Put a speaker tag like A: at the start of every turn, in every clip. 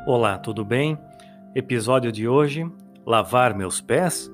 A: Olá, tudo bem? Episódio de hoje: lavar meus pés?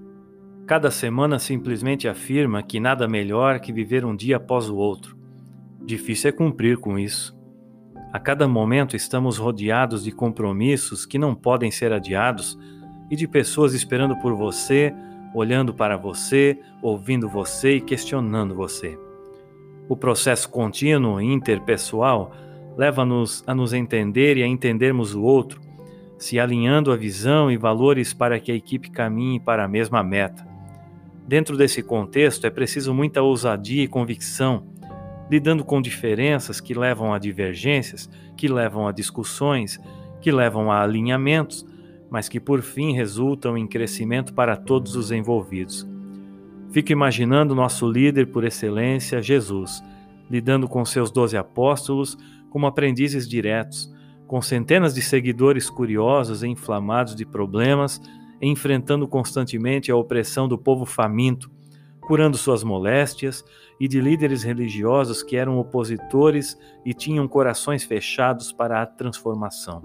A: Cada semana simplesmente afirma que nada melhor que viver um dia após o outro. Difícil é cumprir com isso. A cada momento estamos rodeados de compromissos que não podem ser adiados e de pessoas esperando por você, olhando para você, ouvindo você e questionando você. O processo contínuo e interpessoal leva-nos a nos entender e a entendermos o outro, se alinhando a visão e valores para que a equipe caminhe para a mesma meta. Dentro desse contexto, é preciso muita ousadia e convicção, lidando com diferenças que levam a divergências, que levam a discussões, que levam a alinhamentos, mas que por fim resultam em crescimento para todos os envolvidos. Fico imaginando nosso líder por excelência, Jesus, lidando com seus 12 apóstolos como aprendizes diretos, com centenas de seguidores curiosos e inflamados de problemas, enfrentando constantemente a opressão do povo faminto, curando suas moléstias, e de líderes religiosos que eram opositores e tinham corações fechados para a transformação.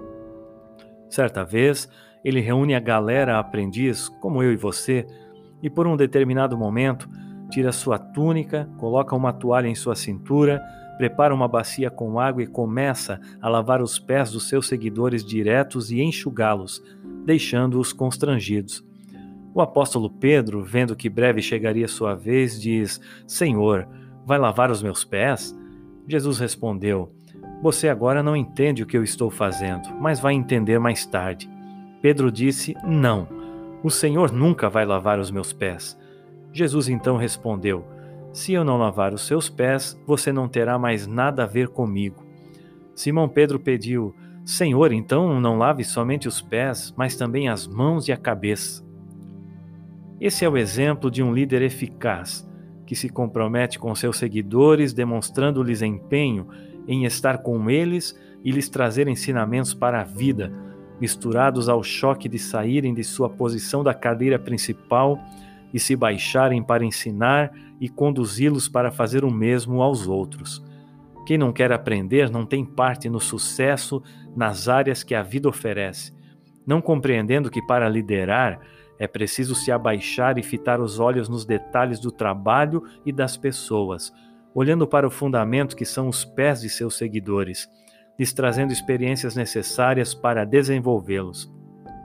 A: Certa vez, ele reúne a galera aprendiz, como eu e você, e por um determinado momento, tira sua túnica, coloca uma toalha em sua cintura, prepara uma bacia com água e começa a lavar os pés dos seus seguidores diretos e enxugá-los, deixando-os constrangidos. O apóstolo Pedro, vendo que breve chegaria sua vez, diz: Senhor, vai lavar os meus pés? Jesus respondeu: Você agora não entende o que eu estou fazendo, mas vai entender mais tarde. Pedro disse: Não, o Senhor nunca vai lavar os meus pés. Jesus então respondeu: Se eu não lavar os seus pés, você não terá mais nada a ver comigo. Simão Pedro pediu: Senhor, então não lave somente os pés, mas também as mãos e a cabeça. Esse é o exemplo de um líder eficaz, que se compromete com seus seguidores, demonstrando-lhes empenho em estar com eles e lhes trazer ensinamentos para a vida, misturados ao choque de saírem de sua posição da cadeira principal e se baixarem para ensinar e conduzi-los para fazer o mesmo aos outros. Quem não quer aprender não tem parte no sucesso nas áreas que a vida oferece, não compreendendo que para liderar é preciso se abaixar e fitar os olhos nos detalhes do trabalho e das pessoas, olhando para o fundamento que são os pés de seus seguidores, lhes trazendo experiências necessárias para desenvolvê-los.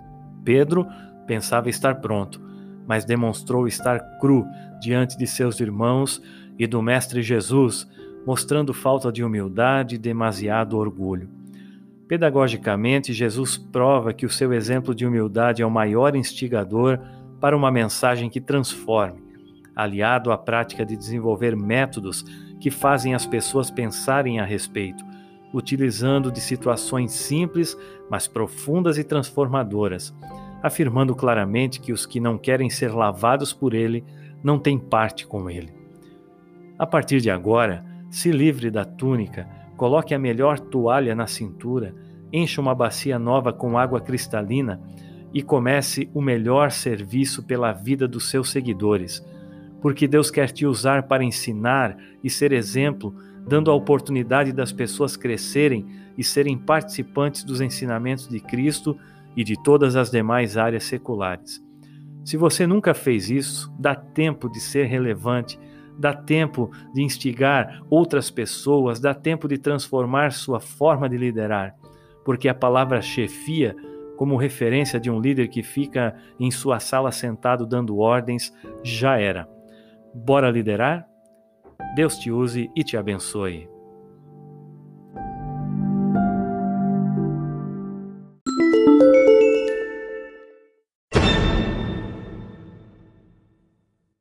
A: Pedro pensava estar pronto, mas demonstrou estar cru diante de seus irmãos e do Mestre Jesus, mostrando falta de humildade e demasiado orgulho. Pedagogicamente, Jesus prova que o seu exemplo de humildade é o maior instigador para uma mensagem que transforme, aliado à prática de desenvolver métodos que fazem as pessoas pensarem a respeito, utilizando de situações simples, mas profundas e transformadoras, afirmando claramente que os que não querem ser lavados por ele não têm parte com ele. A partir de agora, se livre da túnica, coloque a melhor toalha na cintura, encha uma bacia nova com água cristalina e comece o melhor serviço pela vida dos seus seguidores, porque Deus quer te usar para ensinar e ser exemplo, dando a oportunidade das pessoas crescerem e serem participantes dos ensinamentos de Cristo e de todas as demais áreas seculares. Se você nunca fez isso, dá tempo de ser relevante, dá tempo de instigar outras pessoas, dá tempo de transformar sua forma de liderar, porque a palavra chefia, como referência de um líder que fica em sua sala sentado dando ordens, já era. Bora liderar? Deus te use e te abençoe.